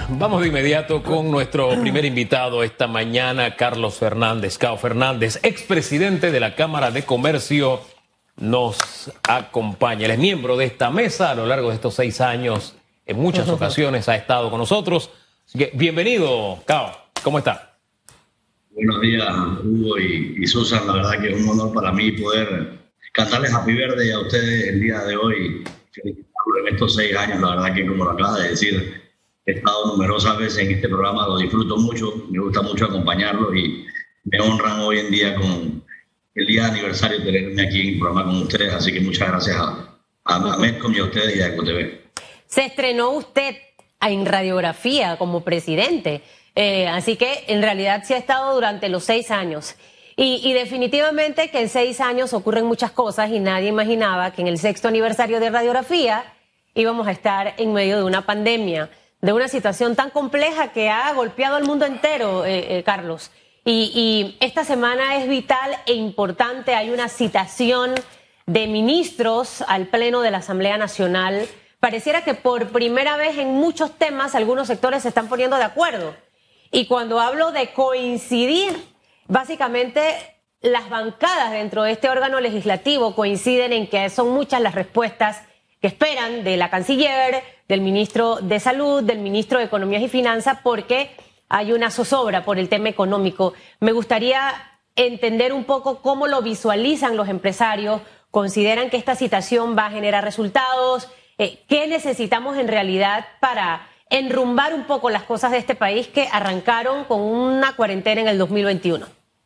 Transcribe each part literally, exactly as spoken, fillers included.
Vamos de inmediato con nuestro primer invitado esta mañana, Carlos Fernández. Cao Fernández, expresidente de la Cámara de Comercio, nos acompaña. Él es miembro de esta mesa a lo largo de estos seis años. En muchas ocasiones ha estado con nosotros. Así que bienvenido, Cao. ¿Cómo está? Buenos días, Hugo y, y Susan. La verdad que es un honor para mí poder cantarles Happy Birthday a ustedes el día de hoy. Felicitarlos en estos seis años. La verdad que, como lo acaba de decir, he estado numerosas veces en este programa, lo disfruto mucho, me gusta mucho acompañarlos y me honran hoy en día con el día de aniversario de tenerme aquí en el programa con ustedes. Así que muchas gracias a, a, a Medcom y a ustedes y a EcoTV. Se estrenó usted en radiografía como presidente. Eh, así que en realidad sí ha estado durante los seis años. Y, y definitivamente que en seis años ocurren muchas cosas y nadie imaginaba que en el sexto aniversario de radiografía íbamos a estar en medio de una pandemia, de una situación tan compleja que ha golpeado al mundo entero, eh, eh, Carlos. Y, y esta semana es vital e importante. Hay una citación de ministros al Pleno de la Asamblea Nacional. Pareciera que por primera vez en muchos temas algunos sectores se están poniendo de acuerdo. Y cuando hablo de coincidir, básicamente las bancadas dentro de este órgano legislativo coinciden en que son muchas las respuestas que esperan de la canciller, del ministro de Salud, del ministro de Economía y Finanzas, porque hay una zozobra por el tema económico. Me gustaría entender un poco cómo lo visualizan los empresarios. ¿Consideran que esta citación va a generar resultados? Eh, ¿Qué necesitamos en realidad para enrumbar un poco las cosas de este país que arrancaron con una cuarentena en el dos mil veintiuno?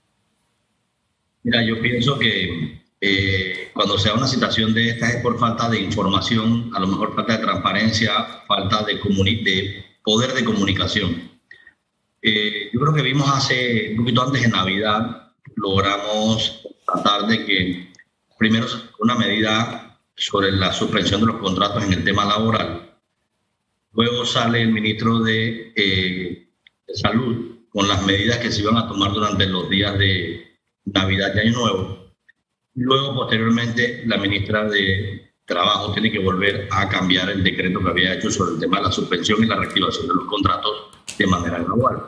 Mira, yo pienso que eh, cuando se da una situación de estas es por falta de información, a lo mejor falta de transparencia, falta de, de poder de comunicación. Eh, yo creo que vimos hace un poquito antes de Navidad, logramos tratar de que primero una medida sobre la suspensión de los contratos en el tema laboral. Luego sale el ministro de, eh, de Salud con las medidas que se iban a tomar durante los días de Navidad y Año Nuevo. Luego, posteriormente, la ministra de Trabajo tiene que volver a cambiar el decreto que había hecho sobre el tema de la suspensión y la reactivación de los contratos de manera gradual.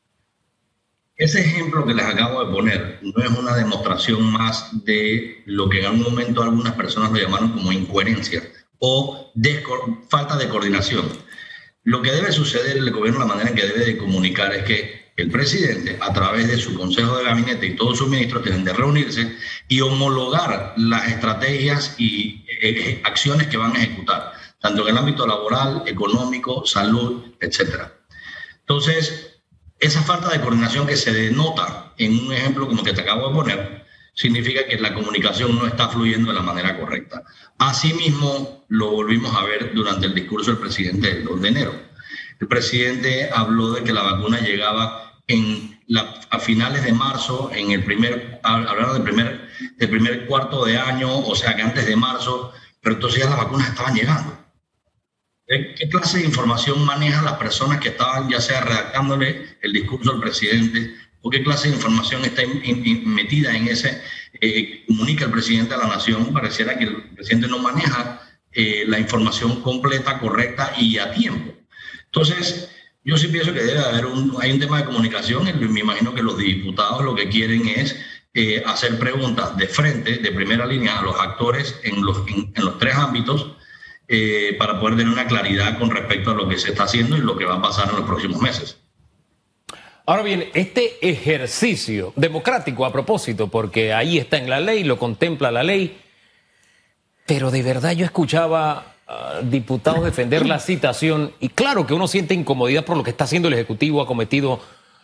Ese ejemplo que les acabo de poner no es una demostración más de lo que en algún momento algunas personas lo llamaron como incoherencia o falta de coordinación. Lo que debe suceder en el gobierno, la manera en que debe de comunicar es que el presidente, a través de su consejo de gabinete y todos sus ministros, tienen de reunirse y homologar las estrategias y eh, acciones que van a ejecutar, tanto en el ámbito laboral, económico, salud, etcétera. Entonces, esa falta de coordinación que se denota en un ejemplo como el que te acabo de poner, significa que la comunicación no está fluyendo de la manera correcta. Asimismo, lo volvimos a ver durante el discurso del presidente del dos de enero. El presidente habló de que la vacuna llegaba en la, a finales de marzo, en el primer, hablaron del primer, del primer cuarto de año, o sea que antes de marzo, pero entonces ya las vacunas estaban llegando. ¿Qué clase de información manejan las personas que estaban ya sea redactándole el discurso al presidente? ¿O qué clase de información está in, in, metida en ese, eh, comunica el presidente a la nación? Pareciera que el presidente no maneja eh, la información completa, correcta y a tiempo. Entonces, yo sí pienso que debe haber un, hay un tema de comunicación, y me imagino que los diputados lo que quieren es eh, hacer preguntas de frente, de primera línea, a los actores en los, en, en los tres ámbitos, eh, para poder tener una claridad con respecto a lo que se está haciendo y lo que va a pasar en los próximos meses. Ahora bien, este ejercicio democrático, a propósito, porque ahí está en la ley, lo contempla la ley, pero de verdad yo escuchaba a diputados defender la citación y claro que uno siente incomodidad por lo que está haciendo el Ejecutivo, ha cometido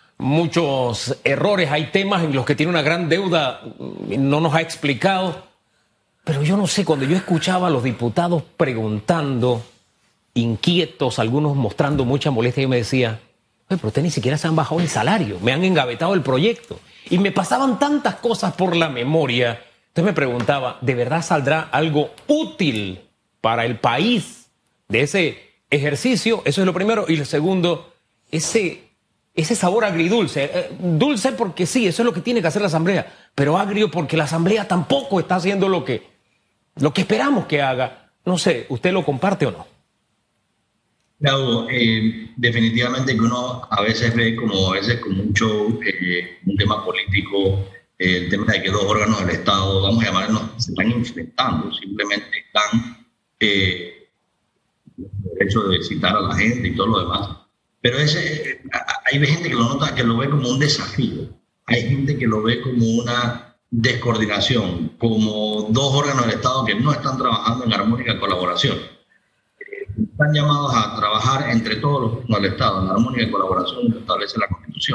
muchos errores, hay temas en los que tiene una gran deuda, no nos ha explicado, pero yo no sé, cuando yo escuchaba a los diputados preguntando, inquietos, algunos mostrando mucha molestia, yo me decía, pero ustedes ni siquiera se han bajado el salario, me han engavetado el proyecto. Y me pasaban tantas cosas por la memoria. Entonces me preguntaba, ¿de verdad saldrá algo útil para el país de ese ejercicio? Eso es lo primero. Y lo segundo, ese, ese sabor agridulce. Eh, dulce porque sí, eso es lo que tiene que hacer la Asamblea, pero agrio porque la Asamblea tampoco está haciendo lo que, lo que esperamos que haga. No sé, ¿usted lo comparte o no? Claro, eh, definitivamente que uno a veces ve como a veces como un show, eh, un tema político, eh, el tema de que dos órganos del Estado, vamos a llamarlos, se están enfrentando, simplemente están eh, el derecho de citar a la gente y todo lo demás. Pero ese, hay gente que lo nota, que lo ve como un desafío, hay gente que lo ve como una descoordinación, como dos órganos del Estado que no están trabajando en armónica colaboración. Están llamados a trabajar entre todos los órganos del Estado en armónica colaboración que establece la Constitución.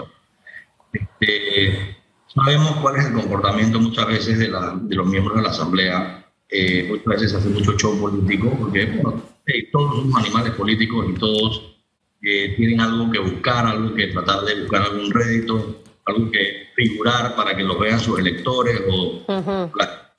Este, sabemos cuál es el comportamiento muchas veces de, la, de los miembros de la Asamblea. Eh, muchas veces se hace mucho show político porque bueno, eh, todos somos animales políticos y todos eh, tienen algo que buscar, algo que tratar de buscar algún rédito, algo que figurar para que lo vean sus electores o uh-huh. la,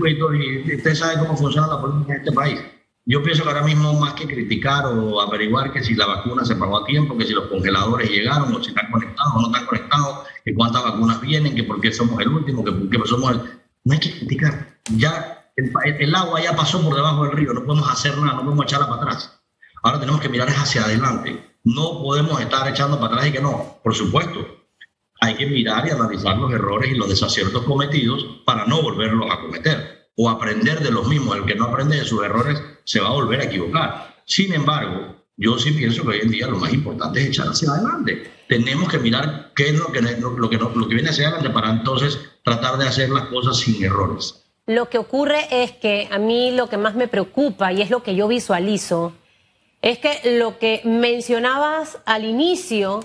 y usted sabe cómo funciona la política en este país. Yo pienso que ahora mismo, más que criticar o averiguar que si la vacuna se pagó a tiempo, que si los congeladores llegaron, o si están conectados o no están conectados, que cuántas vacunas vienen, que por qué somos el último, que por qué somos el... No hay que criticar. Ya el, el agua ya pasó por debajo del río, no podemos hacer nada, no podemos echarla para atrás. Ahora tenemos que mirar hacia adelante. No podemos estar echando para atrás y que no. Por supuesto, hay que mirar y analizar los errores y los desaciertos cometidos para no volverlos a cometer. O aprender de los mismos. El que no aprende de sus errores se va a volver a equivocar. Sin embargo, yo sí pienso que hoy en día lo más importante es echar hacia adelante. Tenemos que mirar qué es lo que, lo que, lo que viene hacia adelante para entonces tratar de hacer las cosas sin errores. Lo que ocurre es que a mí lo que más me preocupa, y es lo que yo visualizo, es que lo que mencionabas al inicio,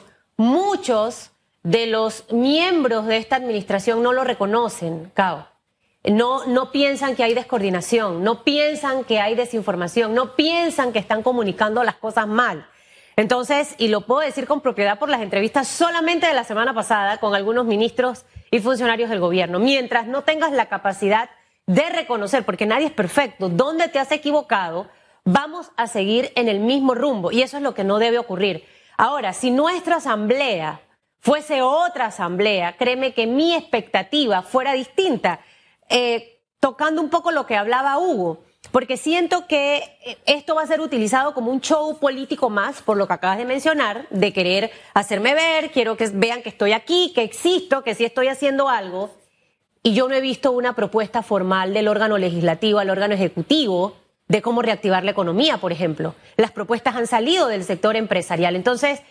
muchos de los miembros de esta administración no lo reconocen, Cao. No, no piensan que hay descoordinación, no piensan que hay desinformación, no piensan que están comunicando las cosas mal. Entonces, y lo puedo decir con propiedad por las entrevistas solamente de la semana pasada con algunos ministros y funcionarios del gobierno, mientras no tengas la capacidad de reconocer, porque nadie es perfecto, dónde te has equivocado, vamos a seguir en el mismo rumbo, y eso es lo que no debe ocurrir. Ahora, si nuestra asamblea fuese otra asamblea, créeme que mi expectativa fuera distinta. Eh, tocando un poco lo que hablaba Hugo, porque siento que esto va a ser utilizado como un show político más, por lo que acabas de mencionar, de querer hacerme ver, quiero que vean que estoy aquí, que existo, que sí estoy haciendo algo, y yo no he visto una propuesta formal del órgano legislativo al órgano ejecutivo de cómo reactivar la economía, por ejemplo. Las propuestas han salido del sector empresarial. Entonces,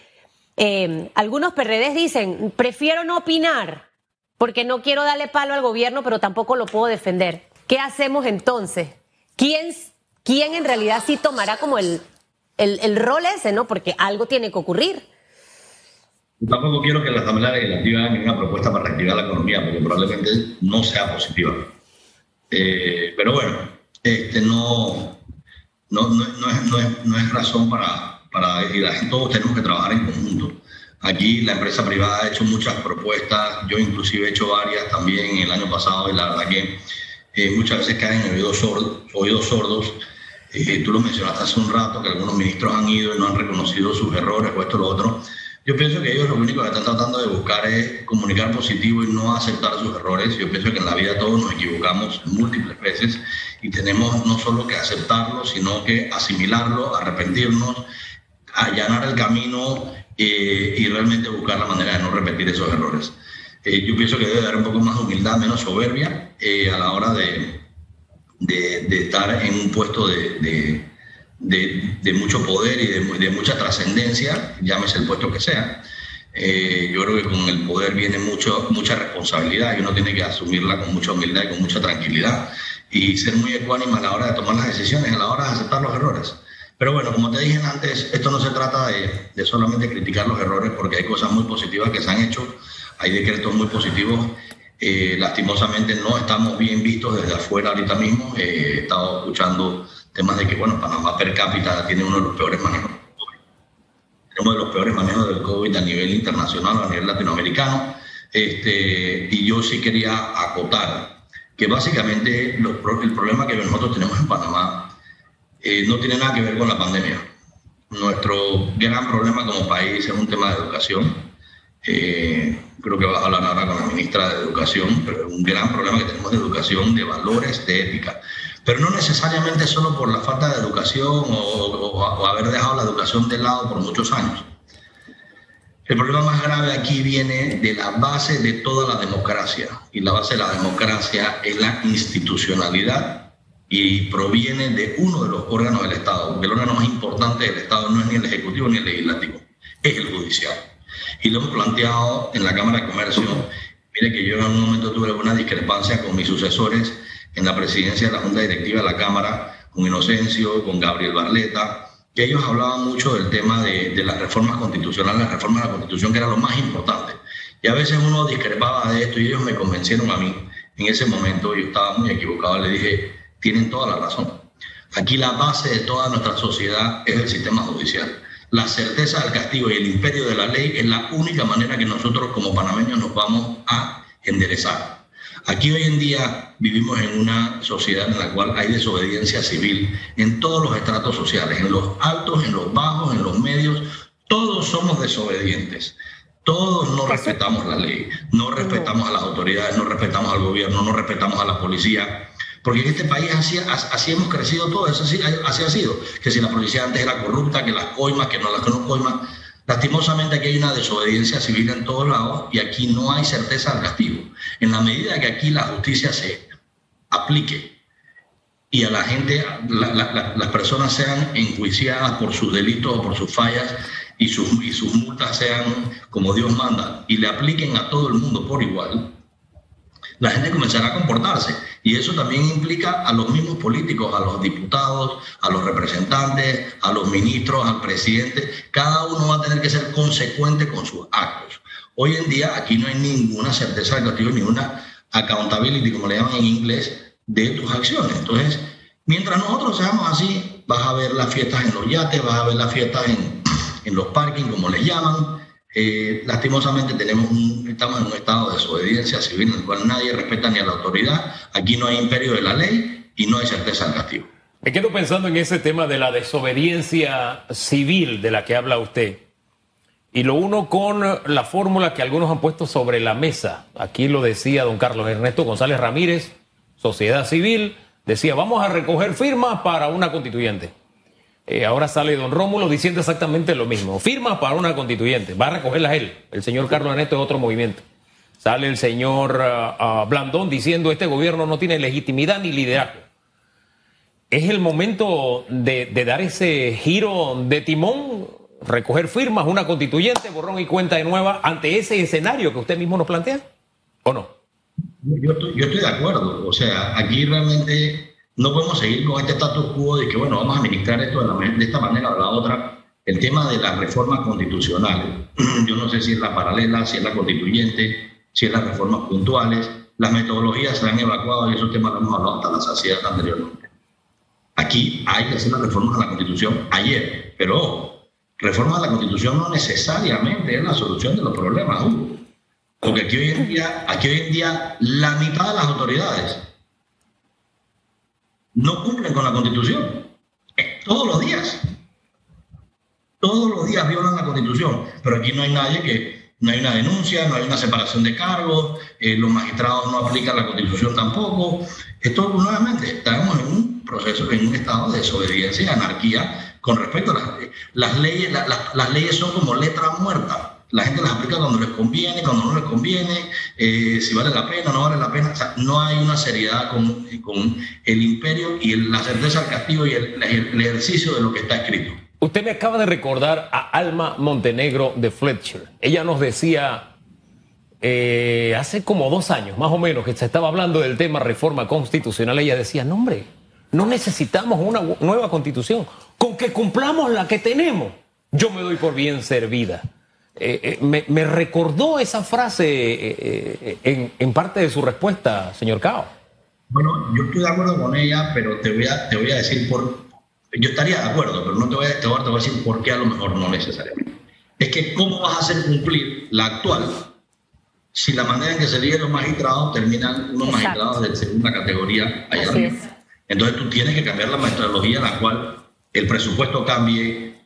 eh, algunos P R Ds dicen, prefiero no opinar, porque no quiero darle palo al gobierno, pero tampoco lo puedo defender. ¿Qué hacemos entonces? ¿Quién, quién en realidad sí tomará como el, el, el rol ese, ¿no? Porque algo tiene que ocurrir. Yo tampoco quiero que la Asamblea Legislativa haga una propuesta para reactivar la economía, porque probablemente no sea positiva. Eh, pero bueno, este, no, no, no, no, es, no, es, no es razón para, para ir a... Todos tenemos que trabajar en conjunto. Aquí la empresa privada ha hecho muchas propuestas, yo inclusive he hecho varias también el año pasado, y la verdad que eh, muchas veces caen en oídos sordos. Oídos sordos. Eh, tú lo mencionaste hace un rato, que algunos ministros han ido y no han reconocido sus errores o esto o lo otro. Yo pienso que ellos lo único que están tratando de buscar es comunicar positivo y no aceptar sus errores. Yo pienso que en la vida todos nos equivocamos múltiples veces y tenemos no solo que aceptarlo, sino que asimilarlo, arrepentirnos, allanar el camino eh, y realmente buscar la manera de no repetir esos errores. Eh, yo pienso que debe haber un poco más de humildad, menos soberbia eh, a la hora de, de, de estar en un puesto de, de, de, de mucho poder y de, de mucha trascendencia, llámese el puesto que sea. Eh, yo creo que con el poder viene mucho, mucha responsabilidad y uno tiene que asumirla con mucha humildad y con mucha tranquilidad y ser muy ecuánime a la hora de tomar las decisiones, a la hora de aceptar los errores. Pero bueno, como te dije antes, esto no se trata de, de solamente criticar los errores, porque hay cosas muy positivas que se han hecho, hay decretos muy positivos. Eh, lastimosamente no estamos bien vistos desde afuera ahorita mismo. Eh, he estado escuchando temas de que, bueno, Panamá per cápita tiene uno de los peores manejos del COVID. Tenemos de los peores manejos del COVID a nivel internacional o a nivel latinoamericano. Este, y yo sí quería acotar que básicamente los, el problema que nosotros tenemos en Panamá Eh, no tiene nada que ver con la pandemia. Nuestro gran problema como país es un tema de educación. Eh, creo que vas a hablar ahora con la ministra de Educación, pero es un gran problema que tenemos de educación, de valores, de ética. pero no necesariamente solo por la falta de educación o, o, o haber dejado la educación de lado por muchos años. El problema más grave aquí viene de la base de toda la democracia, y la base de la democracia es la institucionalidad y proviene de uno de los órganos del Estado, porque el órgano más importante del Estado no es ni el Ejecutivo ni el Legislativo, es el Judicial. Y lo hemos planteado en la Cámara de Comercio. Mire que yo en un momento tuve alguna discrepancia con mis sucesores en la presidencia de la Junta Directiva de la Cámara, con Inocencio, con Gabriel Barletta, que ellos hablaban mucho del tema de, de las reformas constitucionales, las reformas de la Constitución, que era lo más importante. Y a veces uno discrepaba de esto y ellos me convencieron a mí. En ese momento yo estaba muy equivocado, le dije, tienen toda la razón. Aquí la base de toda nuestra sociedad es el sistema judicial. La certeza del castigo y el imperio de la ley es la única manera que nosotros como panameños nos vamos a enderezar. Aquí hoy en día vivimos en una sociedad en la cual hay desobediencia civil en todos los estratos sociales, en los altos, en los bajos, en los medios. Todos somos desobedientes. Todos no respetamos la ley, no respetamos a las autoridades, no respetamos al gobierno, no respetamos a la policía. Porque en este país así, así hemos crecido todos, así, así ha sido. Que si la policía antes era corrupta, que las coimas, que no las que no coimas. Lastimosamente aquí hay una desobediencia civil en todos lados y aquí no hay certeza del castigo. En la medida que aquí la justicia se aplique y a la gente, la, la, la, las personas sean enjuiciadas por sus delitos o por sus fallas y sus, y sus multas sean como Dios manda y le apliquen a todo el mundo por igual, la gente comenzará a comportarse. Y eso también implica a los mismos políticos, a los diputados, a los representantes, a los ministros, al presidente. Cada uno va a tener que ser consecuente con sus actos. Hoy en día aquí no hay ninguna certeza del castigo, ninguna accountability, como le llaman en inglés, de tus acciones. Entonces, mientras nosotros seamos así, vas a ver las fiestas en los yates, vas a ver las fiestas en, en los parkings, como les llaman. Eh, lastimosamente tenemos un, estamos en un estado de desobediencia civil en el cual nadie respeta ni a la autoridad. Aquí no hay imperio de la ley y no hay certeza del castigo. Me quedo pensando en ese tema de la desobediencia civil de la que habla usted y lo uno con la fórmula que algunos han puesto sobre la mesa. Aquí lo decía don Carlos Ernesto González Ramírez, sociedad civil, decía vamos a recoger firmas para una constituyente. Eh, ahora sale don Rómulo diciendo exactamente lo mismo. Firmas para una constituyente. Va a recogerlas él. El señor Carlos Ernesto es otro movimiento. Sale el señor uh, uh, Blandón diciendo este gobierno no tiene legitimidad ni liderazgo. ¿Es el momento de, de dar ese giro de timón? Recoger firmas, una constituyente, borrón y cuenta de nueva ante ese escenario que usted mismo nos plantea. ¿O no? Yo estoy, yo estoy de acuerdo. O sea, aquí realmente no podemos seguir con este status quo de que, bueno, vamos a administrar esto de, la, de esta manera o de la otra. El tema de las reformas constitucionales, yo no sé si es la paralela, si es la constituyente, si es las reformas puntuales. Las metodologías se han evacuado y esos temas los hemos hablado hasta la saciedad anteriormente. Aquí hay que hacer las reformas a la Constitución ayer, pero ojo, reformas a la Constitución no necesariamente es la solución de los problemas, Hugo. Porque aquí hoy en día, aquí hoy en día la mitad de las autoridades no cumplen con la Constitución. Todos los días. Todos los días violan la Constitución. Pero aquí no hay nadie que... No hay una denuncia, no hay una separación de cargos, eh, los magistrados no aplican la Constitución tampoco. Esto, nuevamente, estamos en un proceso, en un estado de desobediencia y anarquía con respecto a las, las leyes. La, la, las leyes son como letra muerta. La gente las aplica cuando les conviene, cuando no les conviene, eh, si vale la pena, no vale la pena. O sea, no hay una seriedad con, con el imperio y el, la certeza del castigo y el, el ejercicio de lo que está escrito. Usted me acaba de recordar a Alma Montenegro de Fletcher. Ella nos decía eh, hace como dos años, más o menos, que se estaba hablando del tema reforma constitucional. Ella decía, no hombre, no necesitamos una nueva constitución. Con que cumplamos la que tenemos, yo me doy por bien servida. Eh, eh, me, me recordó esa frase eh, eh, en, en parte de su respuesta, señor Cao. Bueno, yo estoy de acuerdo con ella, pero te voy a, te voy a decir por... Yo estaría de acuerdo, pero no te voy, a, te voy a decir por qué a lo mejor no necesariamente. Es que ¿cómo vas a hacer cumplir la actual si la manera en que se eligen los magistrados terminan unos Exacto. magistrados de segunda categoría allá arriba? Entonces tú tienes que cambiar la metodología en la cual el presupuesto cambie,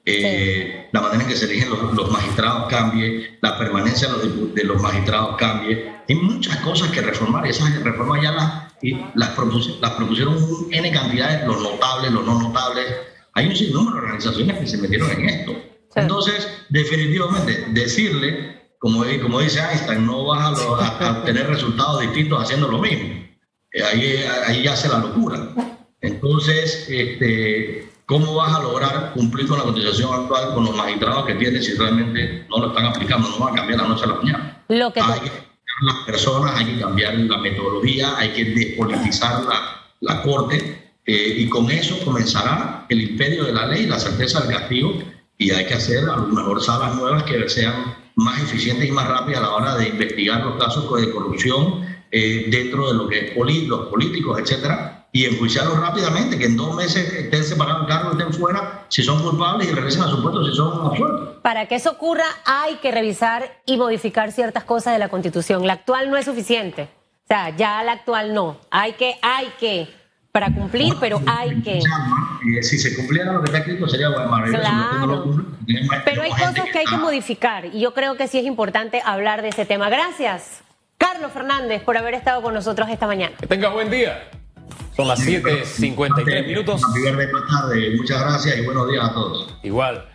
eh, sí. la manera en que se eligen los, los magistrados cambie, la permanencia de los, de los magistrados cambie. Hay muchas cosas que reformar, esas reformas ya las, las, propus, las propusieron un N cantidades, los notables, los no notables. Hay un sinnúmero de organizaciones que se metieron en esto. Sí. Entonces, definitivamente, decirle, como, como dice Einstein, no vas a, lo, a, a obtener resultados distintos haciendo lo mismo. Eh, ahí, ahí yace la locura. Entonces, este, ¿cómo vas a lograr cumplir con la constitución actual con los magistrados que tienes si realmente no lo están aplicando? No van a cambiar la noche a la mañana. Lo que hay que cambiar las personas, hay que cambiar la metodología, hay que despolitizar la, la corte. Eh, y con eso comenzará el imperio de la ley, la certeza del castigo, y hay que hacer a lo mejor salas nuevas que sean más eficientes y más rápidas a la hora de investigar los casos de corrupción eh, dentro de lo que es poli los políticos, etcétera, y enjuiciarlos rápidamente, que en dos meses estén separados el cargo, estén fuera si son culpables y regresen a su puesto si son absueltos. Para que eso ocurra hay que revisar y modificar ciertas cosas de la Constitución. La actual no es suficiente, o sea, ya la actual no, hay que, hay que... para cumplir, bueno, pero hay que... Eh, si se cumpliera lo que está escrito sería maravilloso. Claro. No cumple, pero hay cosas que, que hay que modificar y yo creo que sí es importante hablar de ese tema. Gracias, Carlos Fernández, por haber estado con nosotros esta mañana. Que tenga buen día. Son las siete cincuenta y tres minutos. Muchas gracias y buenos días a todos. Igual.